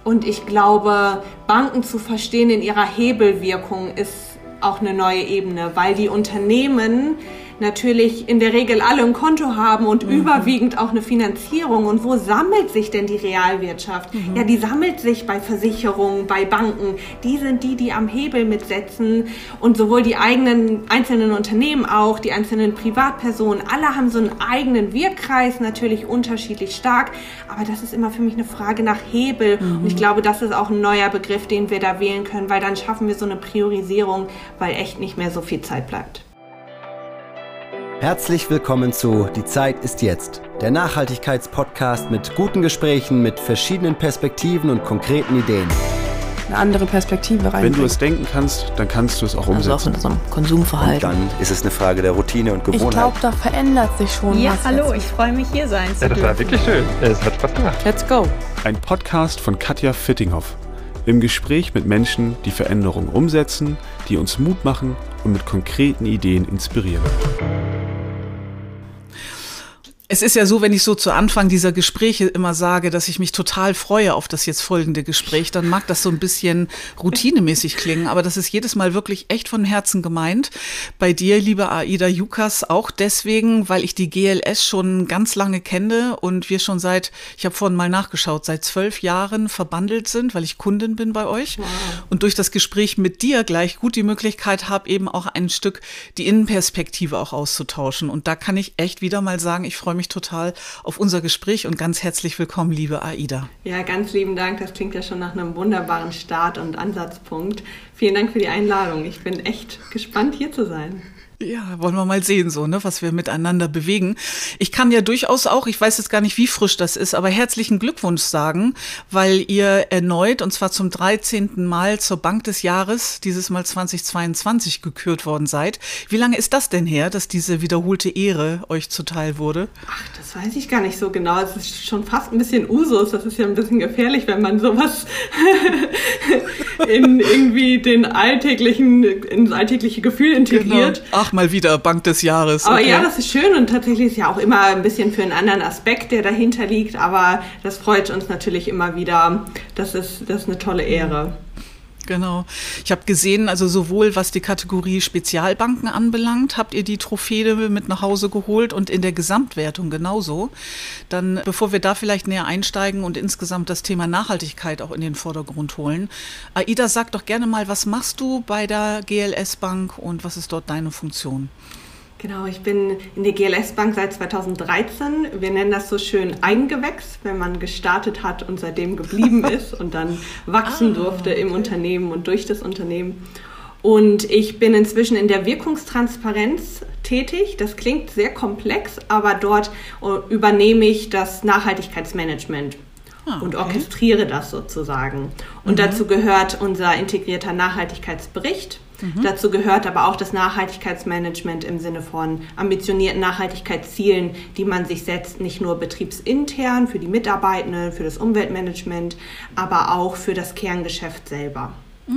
Und ich glaube, Banken zu verstehen in ihrer Hebelwirkung ist auch eine neue Ebene, weil die Unternehmen natürlich in der Regel alle ein Konto haben und überwiegend auch eine Finanzierung. Und wo sammelt sich denn die Realwirtschaft? Ja, die sammelt sich bei Versicherungen, bei Banken. Die sind die am Hebel mitsetzen. Und sowohl die einzelnen Unternehmen auch, die einzelnen Privatpersonen, alle haben so einen eigenen Wirkkreis, natürlich unterschiedlich stark. Aber das ist immer für mich eine Frage nach Hebel. Und ich glaube, das ist auch ein neuer Begriff, den wir da wählen können, weil dann schaffen wir so eine Priorisierung, weil echt nicht mehr so viel Zeit bleibt. Herzlich willkommen zu Die Zeit ist jetzt, der Nachhaltigkeitspodcast mit guten Gesprächen, mit verschiedenen Perspektiven und konkreten Ideen. Eine andere Perspektive reinbringen. Wenn du es denken kannst, dann kannst du es auch umsetzen. Also auch in unserem Konsumverhalten. Und dann ist es eine Frage der Routine und Gewohnheit. Ich glaube, da verändert sich schon ja, was. Hallo, ich freue mich, hier sein zu dürfen. Das war wirklich schön. Es hat Spaß gemacht. Let's go. Ein Podcast von Katja Fittinghoff. Im Gespräch mit Menschen, die Veränderungen umsetzen, die uns Mut machen und mit konkreten Ideen inspirieren. Es ist ja so, wenn ich so zu Anfang dieser Gespräche immer sage, dass ich mich total freue auf das jetzt folgende Gespräch, dann mag das so ein bisschen routinemäßig klingen, aber das ist jedes Mal wirklich echt von Herzen gemeint. Bei dir, liebe Aida Jukas, auch deswegen, weil ich die GLS schon ganz lange kenne und wir schon ich habe vorhin mal nachgeschaut, seit 12 Jahren verbandelt sind, weil ich Kundin bin bei euch. Wow. Und durch das Gespräch mit dir gleich gut die Möglichkeit habe, eben auch ein Stück die Innenperspektive auch auszutauschen. Und da kann ich echt wieder mal sagen, ich freue mich total auf unser Gespräch und ganz herzlich willkommen, liebe Aida. Ja, ganz lieben Dank. Das klingt ja schon nach einem wunderbaren Start und Ansatzpunkt. Vielen Dank für die Einladung. Ich bin echt gespannt, hier zu sein. Ja, wollen wir mal sehen, so, ne, was wir miteinander bewegen. Ich kann ja durchaus auch, ich weiß jetzt gar nicht, wie frisch das ist, aber herzlichen Glückwunsch sagen, weil ihr erneut, und zwar zum 13. Mal zur Bank des Jahres, dieses Mal 2022 gekürt worden seid. Wie lange ist das denn her, dass diese wiederholte Ehre euch zuteil wurde? Ach, das weiß ich gar nicht so genau. Es ist schon fast ein bisschen Usus. Das ist ja ein bisschen gefährlich, wenn man sowas in irgendwie ins alltägliche Gefühl integriert. Genau. Ach, mal wieder Bank des Jahres. Aber ja, das ist schön und tatsächlich ist ja auch immer ein bisschen für einen anderen Aspekt, der dahinter liegt, aber das freut uns natürlich immer wieder. Das ist eine tolle Ehre. Genau. Ich habe gesehen, also sowohl was die Kategorie Spezialbanken anbelangt, habt ihr die Trophäe mit nach Hause geholt und in der Gesamtwertung genauso. Dann, bevor wir da vielleicht näher einsteigen und insgesamt das Thema Nachhaltigkeit auch in den Vordergrund holen. Aida, sag doch gerne mal, was machst du bei der GLS Bank und was ist dort deine Funktion? Genau, ich bin in der GLS Bank seit 2013. Wir nennen das so schön Eigengewächs, wenn man gestartet hat und seitdem geblieben ist und dann wachsen durfte im Unternehmen und durch das Unternehmen. Und ich bin inzwischen in der Wirkungstransparenz tätig. Das klingt sehr komplex, aber dort übernehme ich das Nachhaltigkeitsmanagement. Und orchestriere das sozusagen. Und dazu gehört unser integrierter Nachhaltigkeitsbericht. Dazu gehört aber auch das Nachhaltigkeitsmanagement im Sinne von ambitionierten Nachhaltigkeitszielen, die man sich setzt, nicht nur betriebsintern für die Mitarbeitenden, für das Umweltmanagement, aber auch für das Kerngeschäft selber.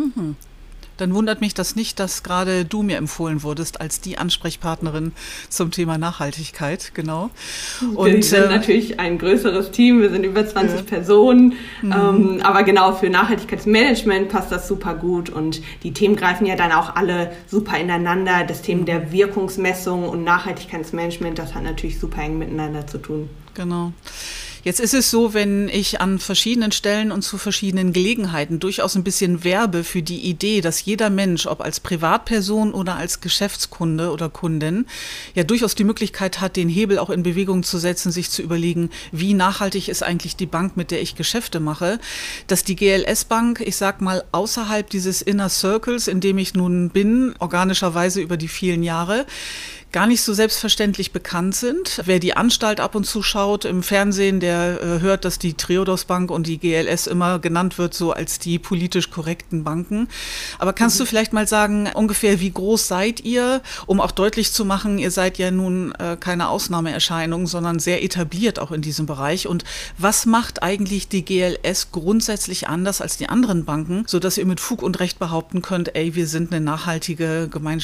Dann wundert mich das nicht, dass gerade du mir empfohlen wurdest als die Ansprechpartnerin zum Thema Nachhaltigkeit, genau. Und wir sind natürlich ein größeres Team, wir sind über 20 Personen, aber genau für Nachhaltigkeitsmanagement passt das super gut und die Themen greifen ja dann auch alle super ineinander. Das Thema der Wirkungsmessung und Nachhaltigkeitsmanagement, das hat natürlich super eng miteinander zu tun. Genau. Jetzt ist es so, wenn ich an verschiedenen Stellen und zu verschiedenen Gelegenheiten durchaus ein bisschen werbe für die Idee, dass jeder Mensch, ob als Privatperson oder als Geschäftskunde oder Kundin, ja durchaus die Möglichkeit hat, den Hebel auch in Bewegung zu setzen, sich zu überlegen, wie nachhaltig ist eigentlich die Bank, mit der ich Geschäfte mache, dass die GLS Bank, ich sag mal, außerhalb dieses Inner Circles, in dem ich nun bin, organischerweise über die vielen Jahre, gar nicht so selbstverständlich bekannt sind. Wer die Anstalt ab und zu schaut im Fernsehen, der hört, dass die Triodos Bank und die GLS immer genannt wird, so als die politisch korrekten Banken. Aber kannst du vielleicht mal sagen, ungefähr wie groß seid ihr, um auch deutlich zu machen, ihr seid ja nun keine Ausnahmeerscheinung, sondern sehr etabliert auch in diesem Bereich. Und was macht eigentlich die GLS grundsätzlich anders als die anderen Banken, sodass ihr mit Fug und Recht behaupten könnt, ey, wir sind eine nachhaltige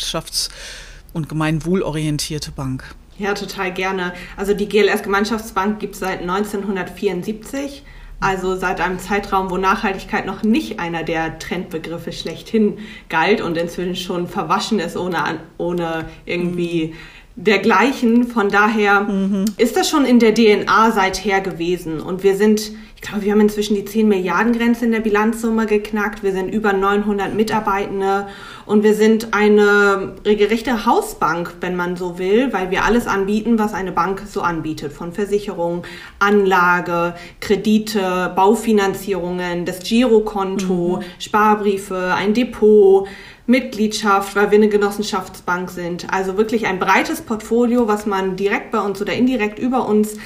und gemeinwohlorientierte Bank? Ja, total gerne. Also die GLS Gemeinschaftsbank gibt es seit 1974, Also seit einem Zeitraum, wo Nachhaltigkeit noch nicht einer der Trendbegriffe schlechthin galt und inzwischen schon verwaschen ist ohne irgendwie dergleichen. Von daher ist das schon in der DNA seither gewesen. Und wir haben inzwischen die 10 Milliarden Grenze in der Bilanzsumme geknackt. Wir sind über 900 Mitarbeitende und wir sind eine regelrechte Hausbank, wenn man so will, weil wir alles anbieten, was eine Bank so anbietet. Von Versicherung, Anlage, Kredite, Baufinanzierungen, das Girokonto, Sparbriefe, ein Depot, Mitgliedschaft, weil wir eine Genossenschaftsbank sind. Also wirklich ein breites Portfolio, was man direkt bei uns oder indirekt über uns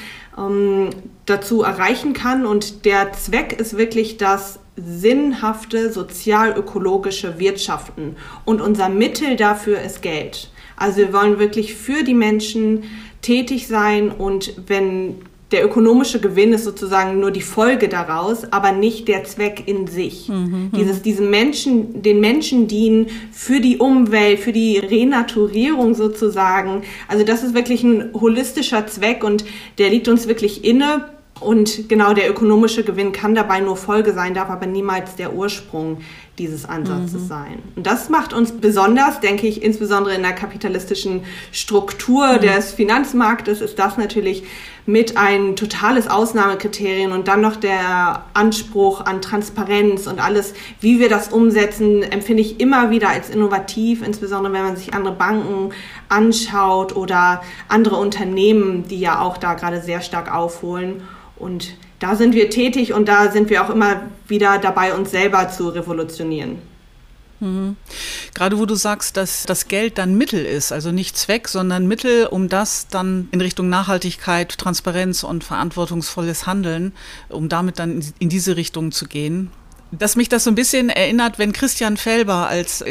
dazu erreichen kann. Und der Zweck ist wirklich das sinnhafte sozial-ökologische Wirtschaften. Und unser Mittel dafür ist Geld. Also wir wollen wirklich für die Menschen tätig sein und wenn der ökonomische Gewinn ist sozusagen nur die Folge daraus, aber nicht der Zweck in sich. Den Menschen dienen für die Umwelt, für die Renaturierung sozusagen. Also das ist wirklich ein holistischer Zweck und der liegt uns wirklich inne. Und genau, der ökonomische Gewinn kann dabei nur Folge sein, darf aber niemals der Ursprung dieses Ansatzes sein. Und das macht uns besonders, denke ich, insbesondere in der kapitalistischen Struktur des Finanzmarktes ist das natürlich mit ein totales Ausnahmekriterium und dann noch der Anspruch an Transparenz und alles, wie wir das umsetzen, empfinde ich immer wieder als innovativ, insbesondere wenn man sich andere Banken anschaut oder andere Unternehmen, die ja auch da gerade sehr stark aufholen. Und da sind wir tätig und da sind wir auch immer wieder dabei, uns selber zu revolutionieren. Gerade wo du sagst, dass das Geld dann Mittel ist, also nicht Zweck, sondern Mittel, um das dann in Richtung Nachhaltigkeit, Transparenz und verantwortungsvolles Handeln, um damit dann in diese Richtung zu gehen. Dass mich das so ein bisschen erinnert, wenn Christian Felber als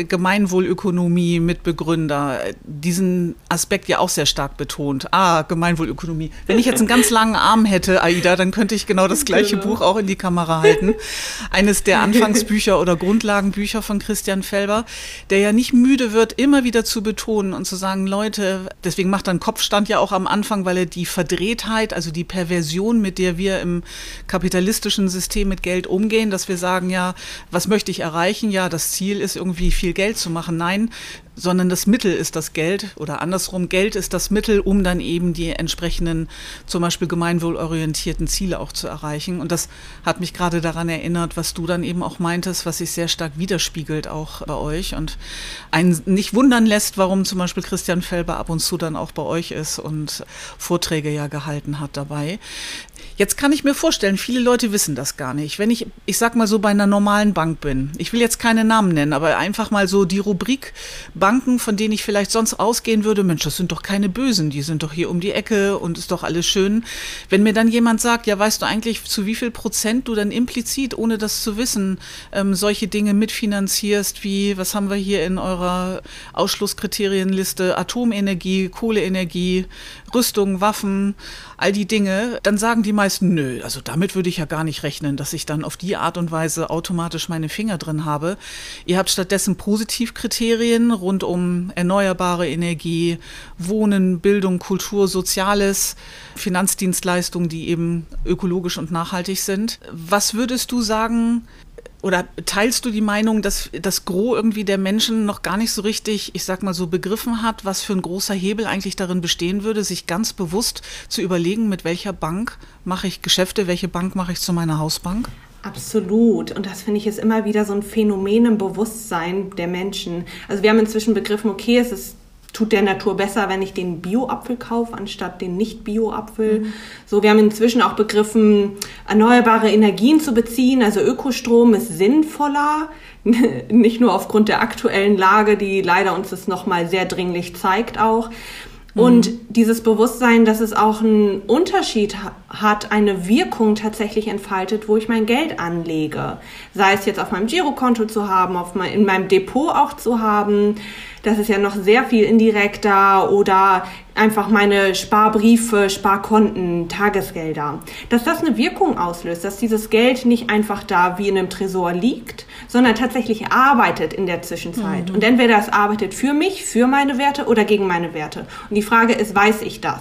Gemeinwohlökonomie-Mitbegründer diesen Aspekt ja auch sehr stark betont. Gemeinwohlökonomie. Wenn ich jetzt einen ganz langen Arm hätte, Aida, dann könnte ich genau das gleiche Buch auch in die Kamera halten. Eines der Anfangsbücher oder Grundlagenbücher von Christian Felber, der ja nicht müde wird, immer wieder zu betonen und zu sagen, Leute, deswegen macht er einen Kopfstand ja auch am Anfang, weil er die Verdrehtheit, also die Perversion, mit der wir im kapitalistischen System mit Geld umgehen, dass wir sagen, ja, was möchte ich erreichen? Ja, das Ziel ist irgendwie viel Geld zu machen. Nein, sondern das Mittel ist das Geld oder andersrum, Geld ist das Mittel, um dann eben die entsprechenden, zum Beispiel gemeinwohlorientierten Ziele auch zu erreichen. Und das hat mich gerade daran erinnert, was du dann eben auch meintest, was sich sehr stark widerspiegelt auch bei euch und einen nicht wundern lässt, warum zum Beispiel Christian Felber ab und zu dann auch bei euch ist und Vorträge ja gehalten hat dabei. Jetzt kann ich mir vorstellen, viele Leute wissen das gar nicht. Wenn ich sag mal so bei einer normalen Bank bin, ich will jetzt keine Namen nennen, aber einfach mal so die Rubrik Banken, von denen ich vielleicht sonst ausgehen würde, Mensch, das sind doch keine Bösen, die sind doch hier um die Ecke und ist doch alles schön. Wenn mir dann jemand sagt, ja, weißt du eigentlich, zu wie viel Prozent du dann implizit, ohne das zu wissen, solche Dinge mitfinanzierst, wie, was haben wir hier in eurer Ausschlusskriterienliste, Atomenergie, Kohleenergie, Rüstung, Waffen, all die Dinge, dann sagen die meisten, nö, also damit würde ich ja gar nicht rechnen, dass ich dann auf die Art und Weise automatisch meine Finger drin habe. Ihr habt stattdessen Positivkriterien rund um erneuerbare Energie, Wohnen, Bildung, Kultur, Soziales, Finanzdienstleistungen, die eben ökologisch und nachhaltig sind. Was würdest du sagen, oder teilst du die Meinung, dass das Gros irgendwie der Menschen noch gar nicht so richtig, ich sag mal so, begriffen hat, was für ein großer Hebel eigentlich darin bestehen würde, sich ganz bewusst zu überlegen, mit welcher Bank mache ich Geschäfte, welche Bank mache ich zu meiner Hausbank? Absolut. Und das finde ich ist immer wieder so ein Phänomen im Bewusstsein der Menschen. Also wir haben inzwischen begriffen, okay, tut der Natur besser, wenn ich den Bio-Apfel kaufe, anstatt den Nicht-Bio-Apfel. So, wir haben inzwischen auch begriffen, erneuerbare Energien zu beziehen. Also Ökostrom ist sinnvoller, nicht nur aufgrund der aktuellen Lage, die leider uns das nochmal sehr dringlich zeigt auch. Und dieses Bewusstsein, dass es auch einen Unterschied hat, eine Wirkung tatsächlich entfaltet, wo ich mein Geld anlege. Sei es jetzt auf meinem Girokonto zu haben, in meinem Depot auch zu haben. Das ist ja noch sehr viel indirekter oder einfach meine Sparbriefe, Sparkonten, Tagesgelder. Dass das eine Wirkung auslöst, dass dieses Geld nicht einfach da wie in einem Tresor liegt, sondern tatsächlich arbeitet in der Zwischenzeit. Und entweder es arbeitet für mich, für meine Werte oder gegen meine Werte. Und die Frage ist, weiß ich das?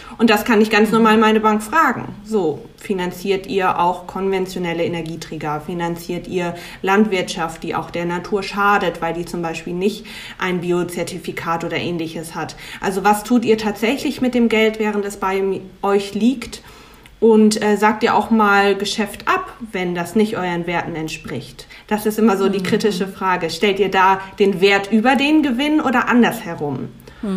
Und das kann ich ganz normal meine Bank fragen. So, finanziert ihr auch konventionelle Energieträger? Finanziert ihr Landwirtschaft, die auch der Natur schadet, weil die zum Beispiel nicht ein Biozertifikat oder Ähnliches hat? Also was tut ihr tatsächlich mit dem Geld, während es bei euch liegt? Und sagt ihr auch mal Geschäft ab, wenn das nicht euren Werten entspricht? Das ist immer so die kritische Frage. Stellt ihr da den Wert über den Gewinn oder andersherum?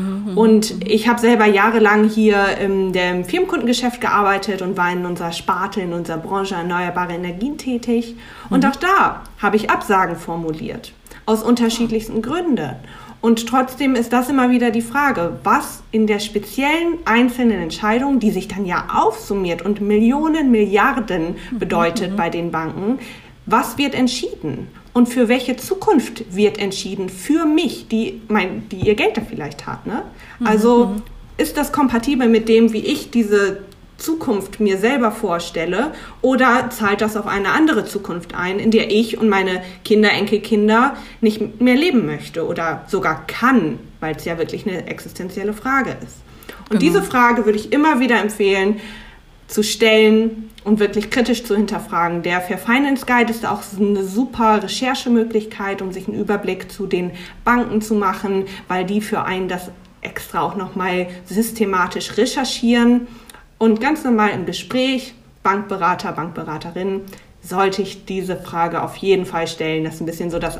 Und ich habe selber jahrelang hier im Firmenkundengeschäft gearbeitet und war in unserer Sparte, in unserer Branche erneuerbare Energien tätig. Und auch da habe ich Absagen formuliert, aus unterschiedlichsten Gründen. Und trotzdem ist das immer wieder die Frage, was in der speziellen einzelnen Entscheidung, die sich dann ja aufsummiert und Millionen, Milliarden bedeutet bei den Banken, was wird entschieden? Und für welche Zukunft wird entschieden für mich, die ihr Geld da vielleicht hat, ne? Also ist das kompatibel mit dem, wie ich diese Zukunft mir selber vorstelle, oder zahlt das auf eine andere Zukunft ein, in der ich und meine Kinder, Enkelkinder nicht mehr leben möchte oder sogar kann, weil es ja wirklich eine existenzielle Frage ist. Und diese Frage würde ich immer wieder empfehlen zu stellen und wirklich kritisch zu hinterfragen. Der Fair Finance Guide ist auch eine super Recherchemöglichkeit, um sich einen Überblick zu den Banken zu machen, weil die für einen das extra auch nochmal systematisch recherchieren. Und ganz normal im Gespräch, Bankberater, Bankberaterin, sollte ich diese Frage auf jeden Fall stellen. Das ist ein bisschen so das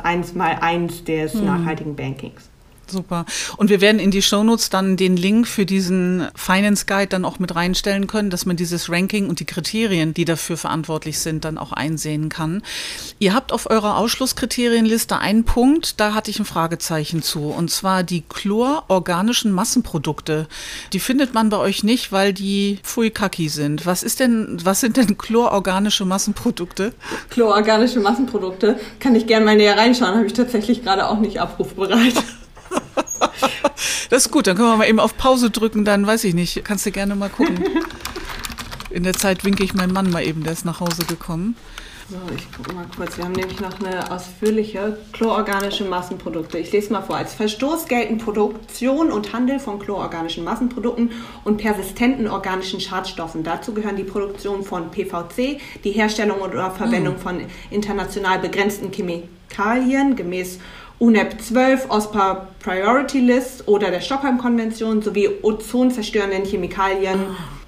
1x1 des nachhaltigen Bankings. Super. Und wir werden in die Shownotes dann den Link für diesen Finance Guide dann auch mit reinstellen können, dass man dieses Ranking und die Kriterien, die dafür verantwortlich sind, dann auch einsehen kann. Ihr habt auf eurer Ausschlusskriterienliste einen Punkt, da hatte ich ein Fragezeichen zu, und zwar die chlororganischen Massenprodukte. Die findet man bei euch nicht, weil die Pfui-Kaki sind. Was sind denn chlororganische Massenprodukte? Chlororganische Massenprodukte, kann ich gerne mal näher reinschauen, habe ich tatsächlich gerade auch nicht abrufbereit. Das ist gut, dann können wir mal eben auf Pause drücken, dann weiß ich nicht, kannst du gerne mal gucken. In der Zeit winke ich meinen Mann mal eben, der ist nach Hause gekommen. So, ich gucke mal kurz, wir haben nämlich noch eine ausführliche chlororganische Massenprodukte. Ich lese mal vor. Als Verstoß gelten Produktion und Handel von chlororganischen Massenprodukten und persistenten organischen Schadstoffen. Dazu gehören die Produktion von PVC, die Herstellung oder Verwendung von international begrenzten Chemikalien gemäß UNEP 12, OSPA Priority List oder der Stockholm-Konvention sowie ozonzerstörenden Chemikalien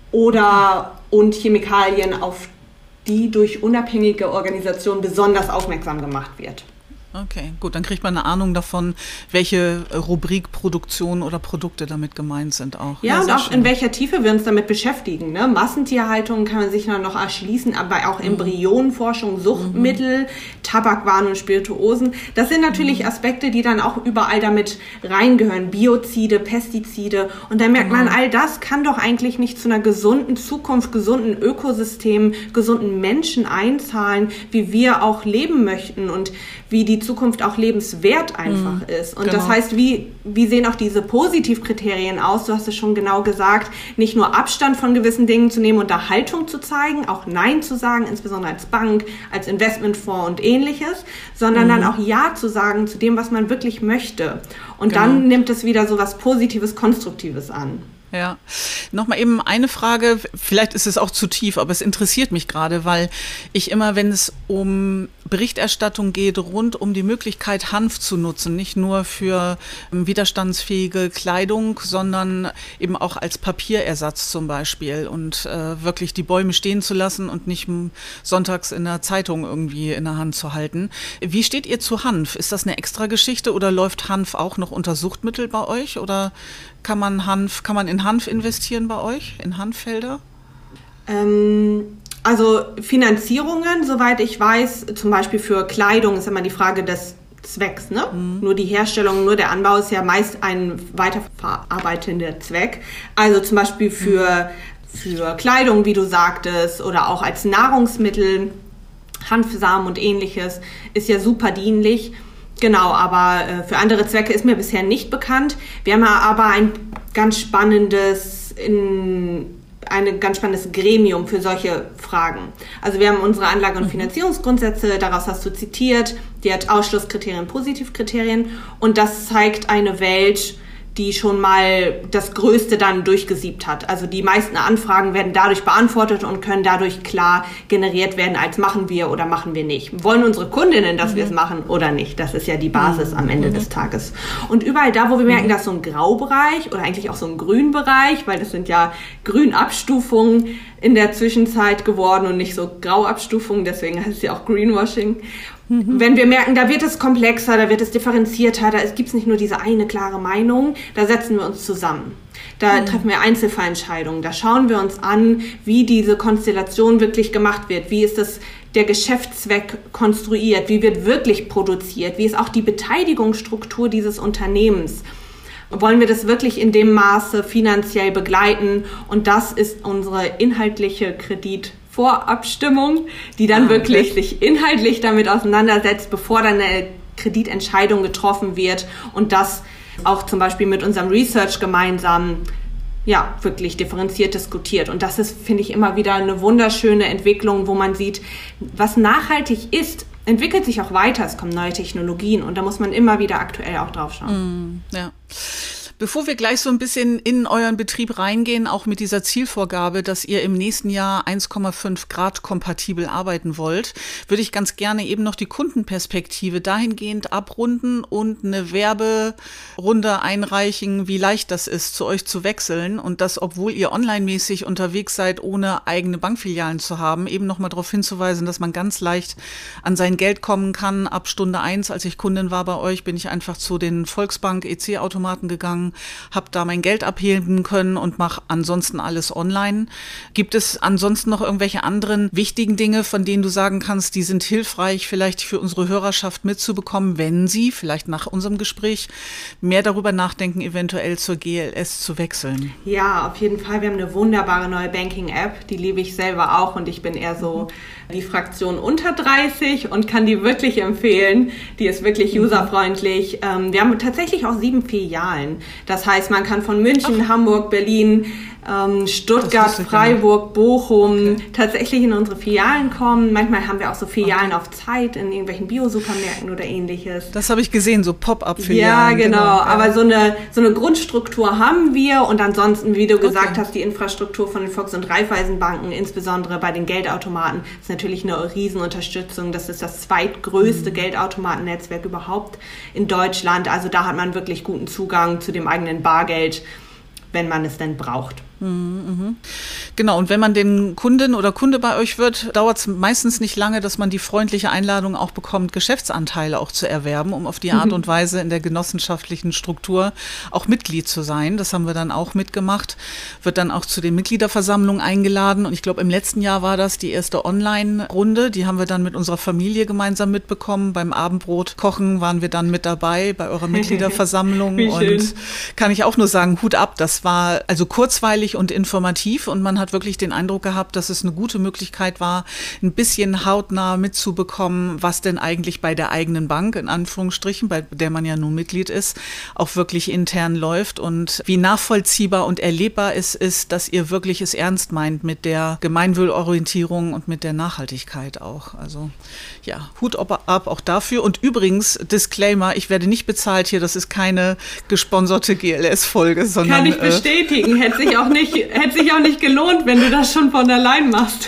und Chemikalien, auf die durch unabhängige Organisationen besonders aufmerksam gemacht wird. Okay, gut, dann kriegt man eine Ahnung davon, welche Rubrik Produktion oder Produkte damit gemeint sind auch. Ja, und auch schön, in welcher Tiefe wir uns damit beschäftigen. Ne? Massentierhaltung kann man sich noch erschließen, aber auch Embryonenforschung, Suchtmittel, Tabakwaren und Spirituosen. Das sind natürlich Aspekte, die dann auch überall damit reingehören. Biozide, Pestizide. Und da merkt man, all das kann doch eigentlich nicht zu einer gesunden Zukunft, gesunden Ökosystemen, gesunden Menschen einzahlen, wie wir auch leben möchten und wie die Zukunft auch lebenswert einfach ist. Und das heißt, wie sehen auch diese Positivkriterien aus? Du hast es schon genau gesagt, nicht nur Abstand von gewissen Dingen zu nehmen und da Haltung zu zeigen, auch Nein zu sagen, insbesondere als Bank, als Investmentfonds und Ähnliches, sondern dann auch Ja zu sagen zu dem, was man wirklich möchte. Und dann nimmt es wieder so was Positives, Konstruktives an. Ja, nochmal eben eine Frage, vielleicht ist es auch zu tief, aber es interessiert mich gerade, weil ich immer, wenn es um Berichterstattung geht, rund um die Möglichkeit, Hanf zu nutzen, nicht nur für widerstandsfähige Kleidung, sondern eben auch als Papierersatz zum Beispiel und wirklich die Bäume stehen zu lassen und nicht sonntags in der Zeitung irgendwie in der Hand zu halten. Wie steht ihr zu Hanf? Ist das eine Extrageschichte oder läuft Hanf auch noch unter Suchtmittel bei euch oder kann man in Hanf investieren bei euch, in Hanffelder? Also Finanzierungen, soweit ich weiß, zum Beispiel für Kleidung ist immer die Frage des Zwecks. Ne? Nur die Herstellung, nur der Anbau ist ja meist ein weiterverarbeitender Zweck. Also zum Beispiel für Kleidung, wie du sagtest, oder auch als Nahrungsmittel, Hanfsamen und Ähnliches, ist ja super dienlich. Genau, aber für andere Zwecke ist mir bisher nicht bekannt. Wir haben aber ein ganz spannendes Gremium für solche Fragen. Also wir haben unsere Anlage- und Finanzierungsgrundsätze, daraus hast du zitiert, die hat Ausschlusskriterien, Positivkriterien und das zeigt eine Welt, die schon mal das Größte dann durchgesiebt hat. Also die meisten Anfragen werden dadurch beantwortet und können dadurch klar generiert werden, als machen wir oder machen wir nicht. Wollen unsere Kundinnen, dass wir es machen oder nicht? Das ist ja die Basis am Ende des Tages. Und überall da, wo wir merken, dass so ein Graubereich oder eigentlich auch so ein Grünbereich, weil das sind ja Grünabstufungen in der Zwischenzeit geworden und nicht so Grauabstufungen, deswegen heißt es ja auch Greenwashing. Wenn wir merken, da wird es komplexer, da wird es differenzierter, da gibt es nicht nur diese eine klare Meinung, da setzen wir uns zusammen. Da treffen wir Einzelfallentscheidungen, da schauen wir uns an, wie diese Konstellation wirklich gemacht wird, wie ist das der Geschäftszweck konstruiert, wie wird wirklich produziert, wie ist auch die Beteiligungsstruktur dieses Unternehmens. Wollen wir das wirklich in dem Maße finanziell begleiten? Und das ist unsere inhaltliche Kreditvorabstimmung, die dann wirklich sich inhaltlich damit auseinandersetzt, bevor dann eine Kreditentscheidung getroffen wird und das auch zum Beispiel mit unserem Research gemeinsam wirklich differenziert diskutiert. Und das ist, finde ich, immer wieder eine wunderschöne Entwicklung, wo man sieht, was nachhaltig ist, entwickelt sich auch weiter. Es kommen neue Technologien und da muss man immer wieder aktuell auch drauf schauen. Ja. Bevor wir gleich so ein bisschen in euren Betrieb reingehen, auch mit dieser Zielvorgabe, dass ihr im nächsten Jahr 1,5 Grad kompatibel arbeiten wollt, würde ich ganz gerne eben noch die Kundenperspektive dahingehend abrunden und eine Werberunde einreichen, wie leicht das ist, zu euch zu wechseln und das, obwohl ihr online-mäßig unterwegs seid, ohne eigene Bankfilialen zu haben, eben nochmal darauf hinzuweisen, dass man ganz leicht an sein Geld kommen kann. Ab Stunde 1, als ich Kundin war bei euch, bin ich einfach zu den Volksbank EC-Automaten gegangen, habe da mein Geld abheben können und mache ansonsten alles online. Gibt es ansonsten noch irgendwelche anderen wichtigen Dinge, von denen du sagen kannst, die sind hilfreich vielleicht für unsere Hörerschaft mitzubekommen, wenn sie vielleicht nach unserem Gespräch mehr darüber nachdenken, eventuell zur GLS zu wechseln? Ja, auf jeden Fall. Wir haben eine wunderbare neue Banking-App, die liebe ich selber auch und ich bin eher so die Fraktion unter 30 und kann die wirklich empfehlen. Die ist wirklich userfreundlich. Wir haben tatsächlich auch 7 Filialen. Das heißt, man kann von München, Hamburg, Berlin, Stuttgart, Freiburg, Bochum tatsächlich in unsere Filialen kommen. Manchmal haben wir auch so Filialen auf Zeit in irgendwelchen Bio-Supermärkten oder ähnliches. Das habe ich gesehen, so Pop-up-Filialen. Ja, genau. Aber so eine Grundstruktur haben wir und ansonsten, wie du gesagt hast, die Infrastruktur von den Volks- und Raiffeisenbanken, insbesondere bei den Geldautomaten, ist natürlich eine Riesenunterstützung. Das ist das zweitgrößte Geldautomatennetzwerk überhaupt in Deutschland. Also da hat man wirklich guten Zugang zu dem eigenen Bargeld, wenn man es denn braucht. Genau, und wenn man den Kundin oder Kunde bei euch wird, dauert es meistens nicht lange, dass man die freundliche Einladung auch bekommt, Geschäftsanteile auch zu erwerben, um auf die Art und Weise in der genossenschaftlichen Struktur auch Mitglied zu sein. Das haben wir dann auch mitgemacht, wird dann auch zu den Mitgliederversammlungen eingeladen und ich glaube, im letzten Jahr war das die erste Online-Runde, die haben wir dann mit unserer Familie gemeinsam mitbekommen. Beim Abendbrot kochen waren wir dann mit dabei bei eurer Mitgliederversammlung und kann ich auch nur sagen, Hut ab, das war also kurzweilig und informativ und man hat wirklich den Eindruck gehabt, dass es eine gute Möglichkeit war, ein bisschen hautnah mitzubekommen, was denn eigentlich bei der eigenen Bank, in Anführungsstrichen, bei der man ja nun Mitglied ist, auch wirklich intern läuft und wie nachvollziehbar und erlebbar es ist, dass ihr wirklich es ernst meint mit der Gemeinwohlorientierung und mit der Nachhaltigkeit auch. Also ja, Hut ab auch dafür. Und übrigens, Disclaimer, ich werde nicht bezahlt hier, das ist keine gesponserte GLS-Folge, sondern... Kann ich bestätigen, hätte sich auch nicht gelohnt, wenn du das schon von allein machst.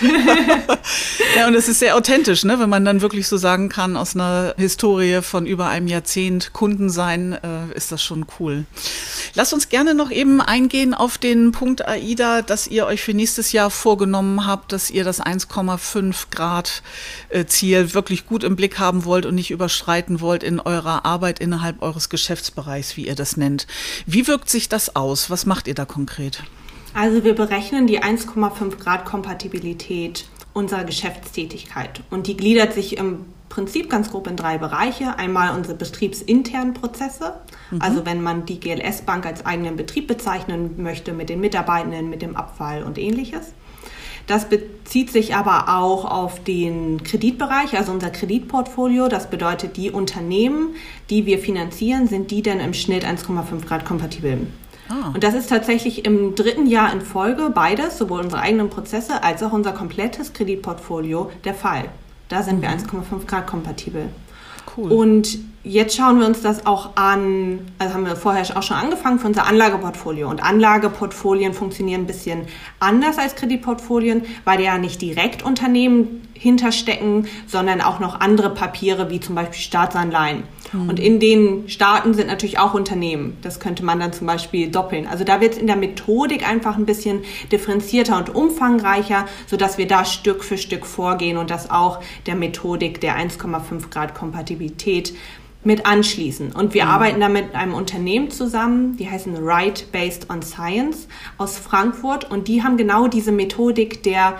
Ja, und es ist sehr authentisch, ne, wenn man dann wirklich so sagen kann, aus einer Historie von über einem Jahrzehnt Kunden sein, ist das schon cool. Lasst uns gerne noch eben eingehen auf den Punkt AIDA, dass ihr euch für nächstes Jahr vorgenommen habt, dass ihr das 1,5 Grad Ziel wirklich gut im Blick haben wollt und nicht überschreiten wollt in eurer Arbeit innerhalb eures Geschäftsbereichs, wie ihr das nennt. Wie wirkt sich das aus? Was macht ihr da konkret? Also wir berechnen die 1,5 Grad Kompatibilität unserer Geschäftstätigkeit und die gliedert sich im Prinzip ganz grob in 3 Bereiche. Einmal unsere betriebsinternen Prozesse, also wenn man die GLS Bank als eigenen Betrieb bezeichnen möchte mit den Mitarbeitenden, mit dem Abfall und ähnliches. Das bezieht sich aber auch auf den Kreditbereich, also unser Kreditportfolio. Das bedeutet, die Unternehmen, die wir finanzieren, sind die denn im Schnitt 1,5 Grad kompatibel. Und das ist tatsächlich im 3. Jahr in Folge beides, sowohl unsere eigenen Prozesse als auch unser komplettes Kreditportfolio der Fall. Da sind wir 1,5 Grad kompatibel. Cool. Und jetzt schauen wir uns das auch an, also haben wir vorher auch schon angefangen für unser Anlageportfolio. Und Anlageportfolien funktionieren ein bisschen anders als Kreditportfolien, weil ja nicht direkt Unternehmen hinterstecken, sondern auch noch andere Papiere, wie zum Beispiel Staatsanleihen. Und in den Staaten sind natürlich auch Unternehmen. Das könnte man dann zum Beispiel doppeln. Also da wird es in der Methodik einfach ein bisschen differenzierter und umfangreicher, sodass wir da Stück für Stück vorgehen und das auch der Methodik der 1,5 Grad Kompatibilität mit anschließen. Und wir arbeiten da mit einem Unternehmen zusammen, die heißen Right Based on Science aus Frankfurt, und die haben genau diese Methodik der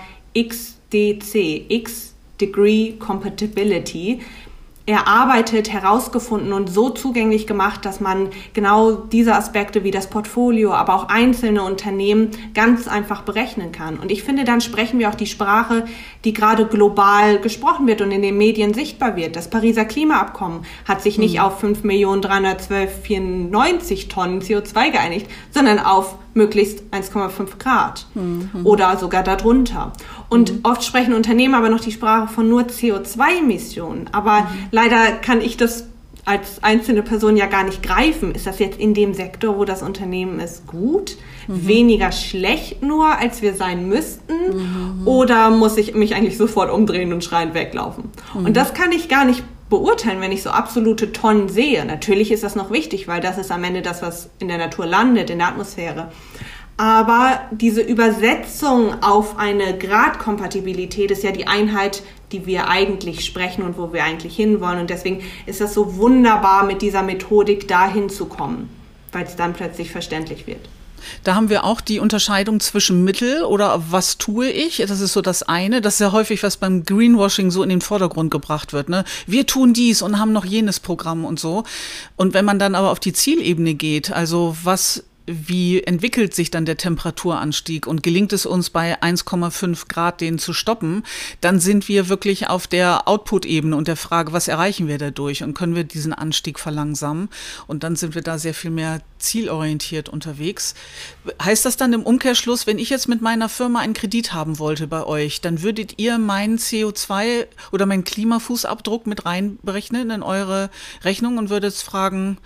XDC, X-Degree Compatibility, erarbeitet, herausgefunden und so zugänglich gemacht, dass man genau diese Aspekte wie das Portfolio, aber auch einzelne Unternehmen ganz einfach berechnen kann. Und ich finde, dann sprechen wir auch die Sprache, die gerade global gesprochen wird und in den Medien sichtbar wird. Das Pariser Klimaabkommen hat sich nicht auf 5.312.094 Tonnen CO2 geeinigt, sondern auf möglichst 1,5 Grad oder sogar darunter. Und oft sprechen Unternehmen aber noch die Sprache von nur CO2-Emissionen. Aber leider kann ich das als einzelne Person ja gar nicht greifen. Ist das jetzt in dem Sektor, wo das Unternehmen ist, gut, weniger schlecht nur, als wir sein müssten? Oder muss ich mich eigentlich sofort umdrehen und schreiend weglaufen? Und das kann ich gar nicht beurteilen, wenn ich so absolute Tonnen sehe. Natürlich ist das noch wichtig, weil das ist am Ende das, was in der Natur landet, in der Atmosphäre. Aber diese Übersetzung auf eine Gradkompatibilität ist ja die Einheit, die wir eigentlich sprechen und wo wir eigentlich hinwollen. Und deswegen ist das so wunderbar, mit dieser Methodik dahin zu kommen, weil es dann plötzlich verständlich wird. Da haben wir auch die Unterscheidung zwischen Mittel oder was tue ich, das ist so das eine, das ist ja häufig, was beim Greenwashing so in den Vordergrund gebracht wird, ne? Wir tun dies und haben noch jenes Programm und so. Und wenn man dann aber auf die Zielebene geht, also wie entwickelt sich dann der Temperaturanstieg und gelingt es uns bei 1,5 Grad den zu stoppen, dann sind wir wirklich auf der Output-Ebene und der Frage, was erreichen wir dadurch und können wir diesen Anstieg verlangsamen, und dann sind wir da sehr viel mehr zielorientiert unterwegs. Heißt das dann im Umkehrschluss, wenn ich jetzt mit meiner Firma einen Kredit haben wollte bei euch, dann würdet ihr meinen CO2 oder meinen Klimafußabdruck mit reinberechnen in eure Rechnung und würdet fragen,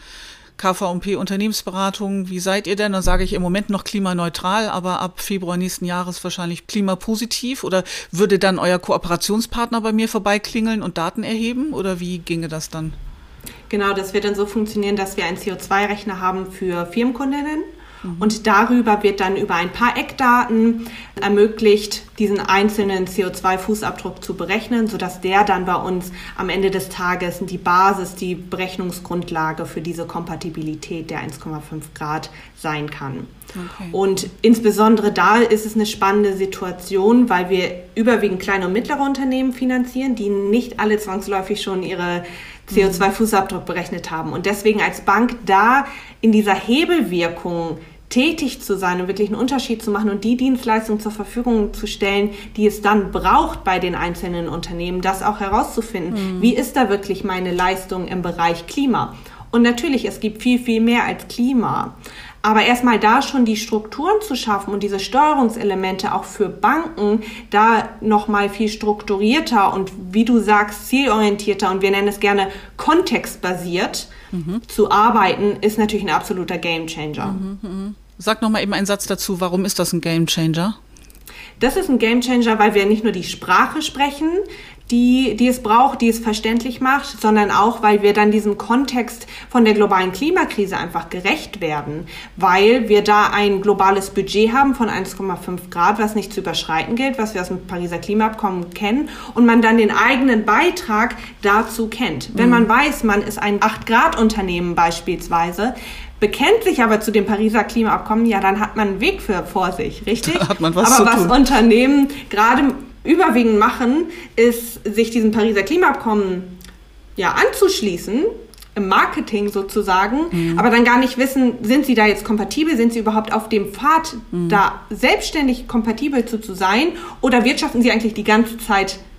KVP Unternehmensberatung, wie seid ihr denn? Dann sage ich im Moment noch klimaneutral, aber ab Februar nächsten Jahres wahrscheinlich klimapositiv. Oder würde dann euer Kooperationspartner bei mir vorbeiklingeln und Daten erheben? Oder wie ginge das dann? Genau, das wird dann so funktionieren, dass wir einen CO2-Rechner haben für Firmenkundinnen. Und darüber wird dann über ein paar Eckdaten ermöglicht, diesen einzelnen CO2-Fußabdruck zu berechnen, sodass der dann bei uns am Ende des Tages die Basis, die Berechnungsgrundlage für diese Kompatibilität der 1,5 Grad sein kann. Okay. Und insbesondere da ist es eine spannende Situation, weil wir überwiegend kleine und mittlere Unternehmen finanzieren, die nicht alle zwangsläufig schon ihre CO2-Fußabdruck berechnet haben. Und deswegen als Bank da in dieser Hebelwirkung tätig zu sein und wirklich einen Unterschied zu machen und die Dienstleistung zur Verfügung zu stellen, die es dann braucht bei den einzelnen Unternehmen, das auch herauszufinden. Wie ist da wirklich meine Leistung im Bereich Klima? Und natürlich, es gibt viel, viel mehr als Klima. Aber erstmal da schon die Strukturen zu schaffen und diese Steuerungselemente auch für Banken da nochmal viel strukturierter und, wie du sagst, zielorientierter, und wir nennen es gerne kontextbasiert zu arbeiten, ist natürlich ein absoluter Gamechanger. Sag nochmal eben einen Satz dazu, warum ist das ein Gamechanger? Das ist ein Gamechanger, weil wir nicht nur die Sprache sprechen, die es braucht, die es verständlich macht, sondern auch, weil wir dann diesem Kontext von der globalen Klimakrise einfach gerecht werden, weil wir da ein globales Budget haben von 1,5 Grad, was nicht zu überschreiten gilt, was wir aus dem Pariser Klimaabkommen kennen, und man dann den eigenen Beitrag dazu kennt. Wenn man weiß, man ist ein 8-Grad-Unternehmen beispielsweise, bekennt sich aber zu dem Pariser Klimaabkommen, ja, dann hat man einen Weg vor sich, richtig? Da hat man was aber zu tun. Was Unternehmen gerade überwiegend machen, ist, sich diesem Pariser Klimaabkommen anzuschließen, im Marketing sozusagen, aber dann gar nicht wissen, sind sie da jetzt kompatibel, sind sie überhaupt auf dem Pfad, da selbstständig kompatibel zu sein, oder wirtschaften sie eigentlich die ganze Zeit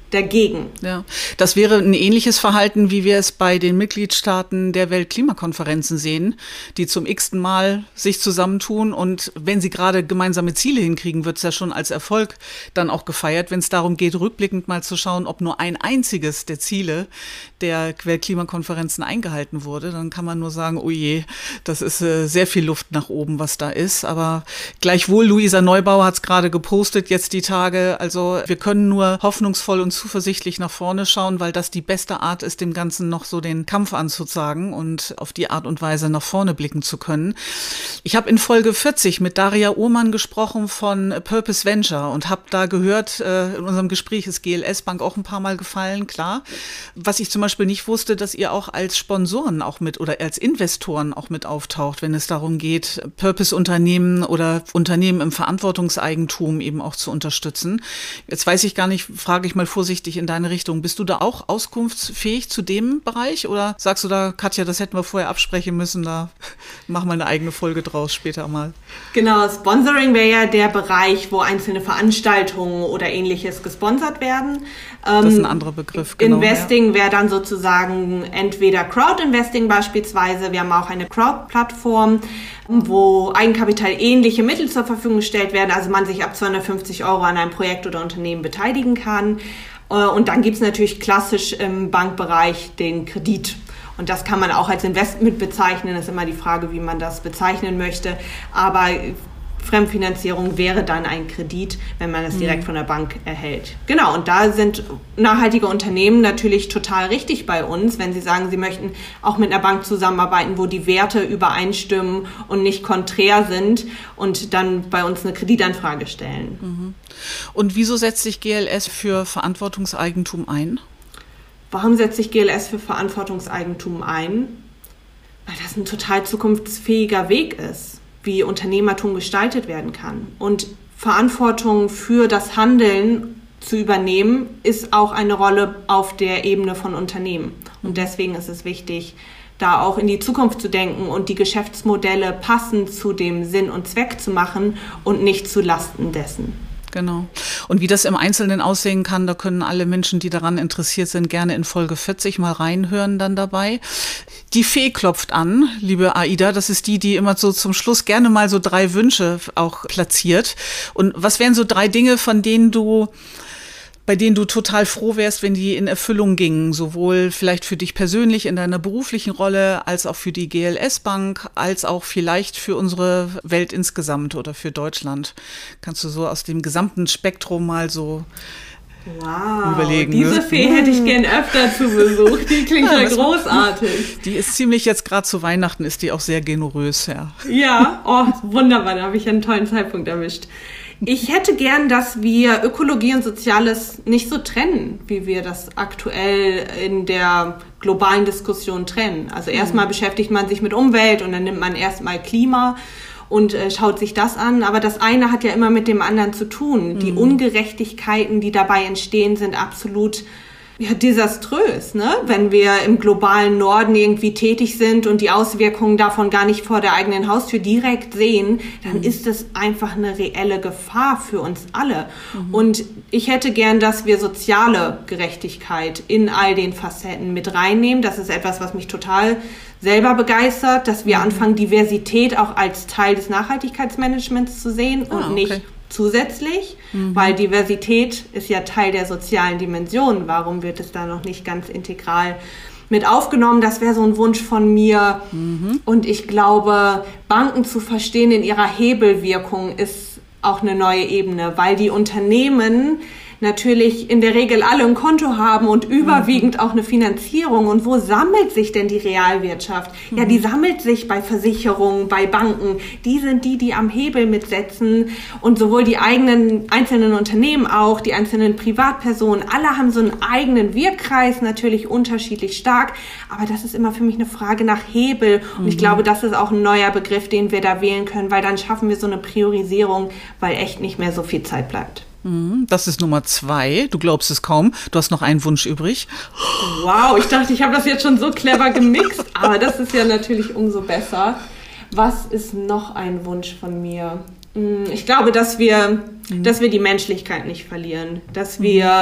dagegen. Ja, das wäre ein ähnliches Verhalten, wie wir es bei den Mitgliedstaaten der Weltklimakonferenzen sehen, die zum x-ten Mal sich zusammentun. Und wenn sie gerade gemeinsame Ziele hinkriegen, wird es ja schon als Erfolg dann auch gefeiert. Wenn es darum geht, rückblickend mal zu schauen, ob nur ein einziges der Ziele der Weltklimakonferenzen eingehalten wurde, dann kann man nur sagen, oh je, das ist sehr viel Luft nach oben, was da ist. Aber gleichwohl, Luisa Neubauer hat es gerade gepostet, jetzt die Tage. Also wir können nur hoffnungsvoll und zuversichtlich nach vorne schauen, weil das die beste Art ist, dem Ganzen noch so den Kampf anzusagen und auf die Art und Weise nach vorne blicken zu können. Ich habe in Folge 40 mit Daria Uhrmann gesprochen von Purpose Venture und habe da gehört, in unserem Gespräch ist GLS Bank auch ein paar Mal gefallen, klar. Was ich zum Beispiel nicht wusste, dass ihr auch als Sponsoren auch mit oder als Investoren auch mit auftaucht, wenn es darum geht, Purpose-Unternehmen oder Unternehmen im Verantwortungseigentum eben auch zu unterstützen. Jetzt weiß ich gar nicht, frage ich mal vorsichtig in deine Richtung. Bist du da auch auskunftsfähig zu dem Bereich oder sagst du da, Katja, das hätten wir vorher absprechen müssen, da machen wir eine eigene Folge draus später mal? Genau, Sponsoring wäre ja der Bereich, wo einzelne Veranstaltungen oder Ähnliches gesponsert werden. Das ist ein anderer Begriff. Genau, Investing wäre dann sozusagen entweder Crowd-Investing beispielsweise. Wir haben auch eine Crowd-Plattform, wo Eigenkapital-ähnliche Mittel zur Verfügung gestellt werden, also man sich ab 250 € an einem Projekt oder Unternehmen beteiligen kann. Und dann gibt es natürlich klassisch im Bankbereich den Kredit. Und das kann man auch als Investment bezeichnen. Das ist immer die Frage, wie man das bezeichnen möchte. Aber Fremdfinanzierung wäre dann ein Kredit, wenn man es direkt von der Bank erhält. Genau, und da sind nachhaltige Unternehmen natürlich total richtig bei uns, wenn sie sagen, sie möchten auch mit einer Bank zusammenarbeiten, wo die Werte übereinstimmen und nicht konträr sind und dann bei uns eine Kreditanfrage stellen. Und wieso setzt sich GLS für Verantwortungseigentum ein? Warum setzt sich GLS für Verantwortungseigentum ein? Weil das ein total zukunftsfähiger Weg ist, wie Unternehmertum gestaltet werden kann. Und Verantwortung für das Handeln zu übernehmen, ist auch eine Rolle auf der Ebene von Unternehmen. Und deswegen ist es wichtig, da auch in die Zukunft zu denken und die Geschäftsmodelle passend zu dem Sinn und Zweck zu machen und nicht zu Lasten dessen. Genau. Und wie das im Einzelnen aussehen kann, da können alle Menschen, die daran interessiert sind, gerne in Folge 40 mal reinhören dann dabei. Die Fee klopft an, liebe Aida, das ist die immer so zum Schluss gerne mal so 3 Wünsche auch platziert. Und was wären so 3 Dinge, bei denen du total froh wärst, wenn die in Erfüllung gingen, sowohl vielleicht für dich persönlich in deiner beruflichen Rolle, als auch für die GLS Bank, als auch vielleicht für unsere Welt insgesamt oder für Deutschland? Kannst du so aus dem gesamten Spektrum mal so überlegen? Diese Fee hätte ich gern öfter zu Besuch. Die klingt ja großartig. Die ist ziemlich, jetzt gerade zu Weihnachten ist die auch sehr generös, ja. Ja, wunderbar, da habe ich einen tollen Zeitpunkt erwischt. Ich hätte gern, dass wir Ökologie und Soziales nicht so trennen, wie wir das aktuell in der globalen Diskussion trennen. Also erstmal beschäftigt man sich mit Umwelt und dann nimmt man erstmal Klima und schaut sich das an. Aber das eine hat ja immer mit dem anderen zu tun. Die Ungerechtigkeiten, die dabei entstehen, sind absolut desaströs, ne? Wenn wir im globalen Norden irgendwie tätig sind und die Auswirkungen davon gar nicht vor der eigenen Haustür direkt sehen, dann ist es einfach eine reelle Gefahr für uns alle. Und ich hätte gern, dass wir soziale Gerechtigkeit in all den Facetten mit reinnehmen. Das ist etwas, was mich total selber begeistert, dass wir anfangen, Diversität auch als Teil des Nachhaltigkeitsmanagements zu sehen und nicht zusätzlich, weil Diversität ist ja Teil der sozialen Dimension. Warum wird es da noch nicht ganz integral mit aufgenommen? Das wäre so ein Wunsch von mir. Und ich glaube, Banken zu verstehen in ihrer Hebelwirkung ist auch eine neue Ebene, weil die Unternehmen natürlich in der Regel alle ein Konto haben und überwiegend auch eine Finanzierung. Und wo sammelt sich denn die Realwirtschaft? Ja, die sammelt sich bei Versicherungen, bei Banken. Die sind die am Hebel mitsetzen. Und sowohl die eigenen einzelnen Unternehmen auch, die einzelnen Privatpersonen, alle haben so einen eigenen Wirkkreis, natürlich unterschiedlich stark. Aber das ist immer für mich eine Frage nach Hebel. Und ich glaube, das ist auch ein neuer Begriff, den wir da wählen können, weil dann schaffen wir so eine Priorisierung, weil echt nicht mehr so viel Zeit bleibt. Das ist Nummer 2. Du glaubst es kaum. Du hast noch einen Wunsch übrig. Wow, ich dachte, ich habe das jetzt schon so clever gemixt. Aber das ist ja natürlich umso besser. Was ist noch ein Wunsch von mir? Ich glaube, dass wir die Menschlichkeit nicht verlieren. Dass wir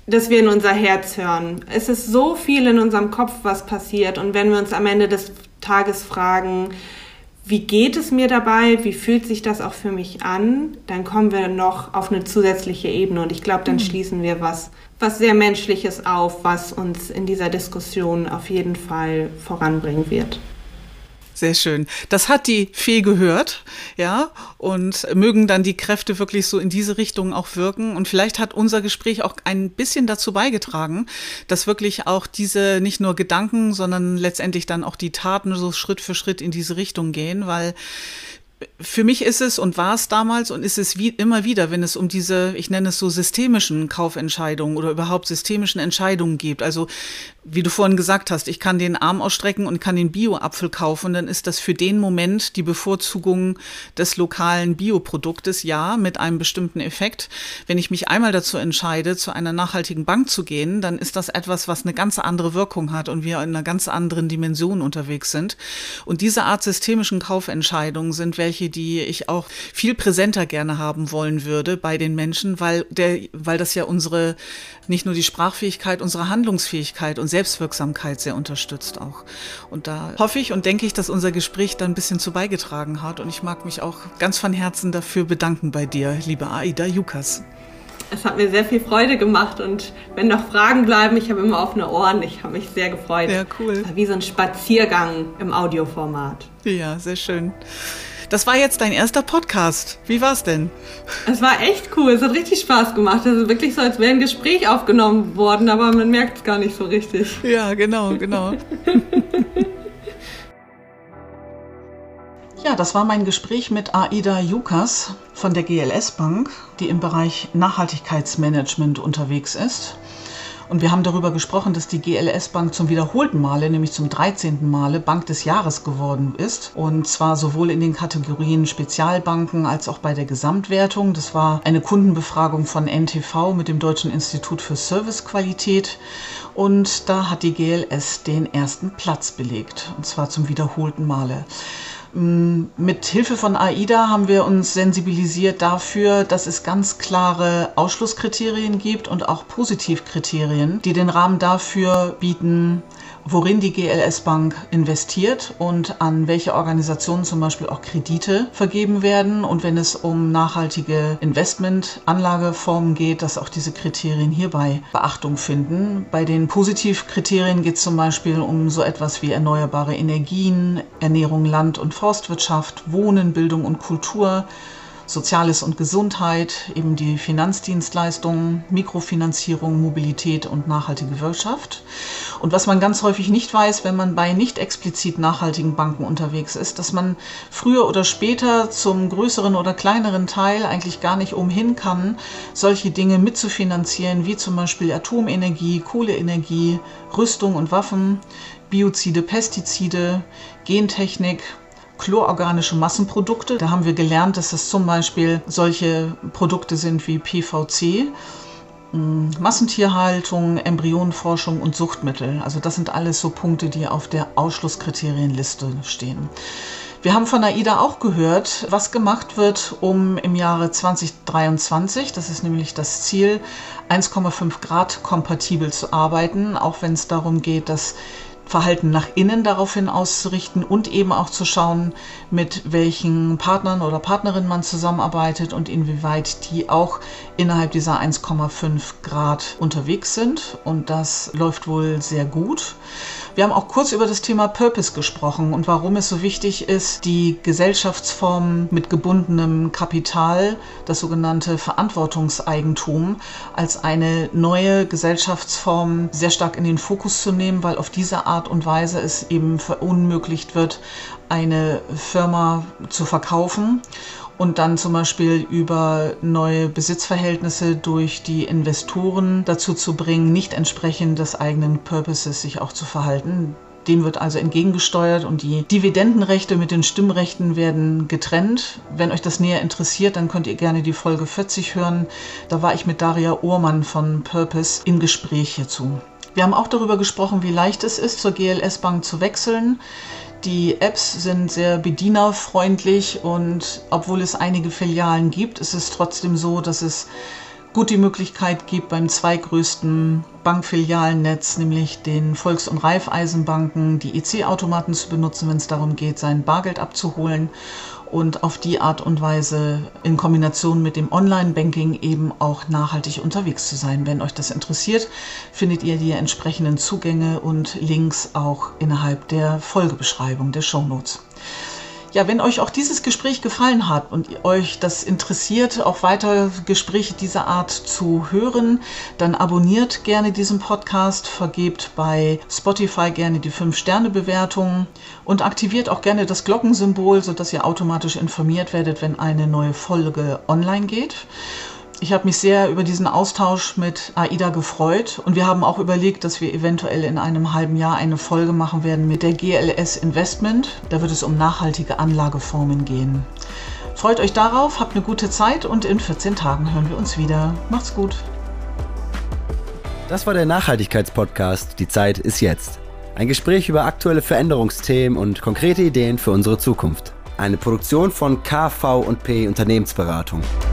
dass wir in unser Herz hören. Es ist so viel in unserem Kopf, was passiert. Und wenn wir uns am Ende des Tages fragen, wie geht es mir dabei, wie fühlt sich das auch für mich an, dann kommen wir noch auf eine zusätzliche Ebene. Und ich glaube, dann schließen wir was sehr Menschliches auf, was uns in dieser Diskussion auf jeden Fall voranbringen wird. Sehr schön. Das hat die Fee gehört, ja, und mögen dann die Kräfte wirklich so in diese Richtung auch wirken. Und vielleicht hat unser Gespräch auch ein bisschen dazu beigetragen, dass wirklich auch diese nicht nur Gedanken, sondern letztendlich dann auch die Taten so Schritt für Schritt in diese Richtung gehen, weil für mich ist es und war es damals und ist es immer wieder, wenn es um diese, ich nenne es so systemischen Kaufentscheidungen oder überhaupt systemischen Entscheidungen geht. Also wie du vorhin gesagt hast, ich kann den Arm ausstrecken und kann den Bio-Apfel kaufen, dann ist das für den Moment die Bevorzugung des lokalen Bioproduktes, ja, mit einem bestimmten Effekt. Wenn ich mich einmal dazu entscheide, zu einer nachhaltigen Bank zu gehen, dann ist das etwas, was eine ganz andere Wirkung hat und wir in einer ganz anderen Dimension unterwegs sind. Und diese Art systemischen Kaufentscheidungen sind welche, die ich auch viel präsenter gerne haben wollen würde bei den Menschen, weil das ja unsere, nicht nur die Sprachfähigkeit, unsere Handlungsfähigkeit und Selbstwirksamkeit sehr unterstützt auch. Und da hoffe ich und denke ich, dass unser Gespräch da ein bisschen zu beigetragen hat. Und ich mag mich auch ganz von Herzen dafür bedanken bei dir, liebe Aida Jukas. Es hat mir sehr viel Freude gemacht und wenn noch Fragen bleiben, ich habe immer offene Ohren, ich habe mich sehr gefreut. Ja, cool. Es war wie so ein Spaziergang im Audioformat. Ja, sehr schön. Das war jetzt dein erster Podcast. Wie war's denn? Es war echt cool. Es hat richtig Spaß gemacht. Es ist wirklich so, als wäre ein Gespräch aufgenommen worden, aber man merkt es gar nicht so richtig. Ja, genau. Ja, das war mein Gespräch mit Aida Jukas von der GLS Bank, die im Bereich Nachhaltigkeitsmanagement unterwegs ist. Und wir haben darüber gesprochen, dass die GLS Bank zum wiederholten Male, nämlich zum 13. Male, Bank des Jahres geworden ist. Und zwar sowohl in den Kategorien Spezialbanken als auch bei der Gesamtwertung. Das war eine Kundenbefragung von NTV mit dem Deutschen Institut für Servicequalität. Und da hat die GLS den ersten Platz belegt. Und zwar zum wiederholten Male. Mit Hilfe von Aida haben wir uns sensibilisiert dafür, dass es ganz klare Ausschlusskriterien gibt und auch Positivkriterien, die den Rahmen dafür bieten, worin die GLS Bank investiert und an welche Organisationen zum Beispiel auch Kredite vergeben werden. Und wenn es um nachhaltige Investmentanlageformen geht, dass auch diese Kriterien hierbei Beachtung finden. Bei den Positivkriterien geht es zum Beispiel um so etwas wie erneuerbare Energien, Ernährung, Land- und Forstwirtschaft, Wohnen, Bildung und Kultur, Soziales und Gesundheit, eben die Finanzdienstleistungen, Mikrofinanzierung, Mobilität und nachhaltige Wirtschaft. Und was man ganz häufig nicht weiß, wenn man bei nicht explizit nachhaltigen Banken unterwegs ist, dass man früher oder später zum größeren oder kleineren Teil eigentlich gar nicht umhin kann, solche Dinge mitzufinanzieren, wie zum Beispiel Atomenergie, Kohleenergie, Rüstung und Waffen, Biozide, Pestizide, Gentechnik, chlororganische Massenprodukte. Da haben wir gelernt, dass das zum Beispiel solche Produkte sind wie PVC, Massentierhaltung, Embryonenforschung und Suchtmittel. Also das sind alles so Punkte, die auf der Ausschlusskriterienliste stehen. Wir haben von Aida auch gehört, was gemacht wird, um im Jahre 2023, das ist nämlich das Ziel, 1,5 Grad kompatibel zu arbeiten, auch wenn es darum geht, dass Verhalten nach innen daraufhin auszurichten und eben auch zu schauen, mit welchen Partnern oder Partnerinnen man zusammenarbeitet und inwieweit die auch innerhalb dieser 1,5 Grad unterwegs sind. Und das läuft wohl sehr gut. Wir haben auch kurz über das Thema Purpose gesprochen und warum es so wichtig ist, die Gesellschaftsform mit gebundenem Kapital, das sogenannte Verantwortungseigentum, als eine neue Gesellschaftsform sehr stark in den Fokus zu nehmen, weil auf diese Art und Weise es eben verunmöglicht wird, eine Firma zu verkaufen und dann zum Beispiel über neue Besitzverhältnisse durch die Investoren dazu zu bringen, nicht entsprechend des eigenen Purposes sich auch zu verhalten. Dem wird also entgegengesteuert und die Dividendenrechte mit den Stimmrechten werden getrennt. Wenn euch das näher interessiert, dann könnt ihr gerne die Folge 40 hören. Da war ich mit Daria Ohrmann von Purpose im Gespräch hierzu. Wir haben auch darüber gesprochen, wie leicht es ist, zur GLS Bank zu wechseln. Die Apps sind sehr bedienerfreundlich und obwohl es einige Filialen gibt, ist es trotzdem so, dass es gut die Möglichkeit gibt, beim zweitgrößten Bankfilialennetz, nämlich den Volks- und Raiffeisenbanken, die EC-Automaten zu benutzen, wenn es darum geht, sein Bargeld abzuholen und auf die Art und Weise in Kombination mit dem Online-Banking eben auch nachhaltig unterwegs zu sein. Wenn euch das interessiert, findet ihr die entsprechenden Zugänge und Links auch innerhalb der Folgebeschreibung der Shownotes. Ja, wenn euch auch dieses Gespräch gefallen hat und euch das interessiert, auch weiter Gespräche dieser Art zu hören, dann abonniert gerne diesen Podcast, vergebt bei Spotify gerne die 5-Sterne-Bewertung und aktiviert auch gerne das Glockensymbol, sodass ihr automatisch informiert werdet, wenn eine neue Folge online geht. Ich habe mich sehr über diesen Austausch mit AIDA gefreut und wir haben auch überlegt, dass wir eventuell in einem halben Jahr eine Folge machen werden mit der GLS Investment. Da wird es um nachhaltige Anlageformen gehen. Freut euch darauf, habt eine gute Zeit und in 14 Tagen hören wir uns wieder. Macht's gut. Das war der Nachhaltigkeitspodcast Die Zeit ist jetzt. Ein Gespräch über aktuelle Veränderungsthemen und konkrete Ideen für unsere Zukunft. Eine Produktion von KV&P Unternehmensberatung.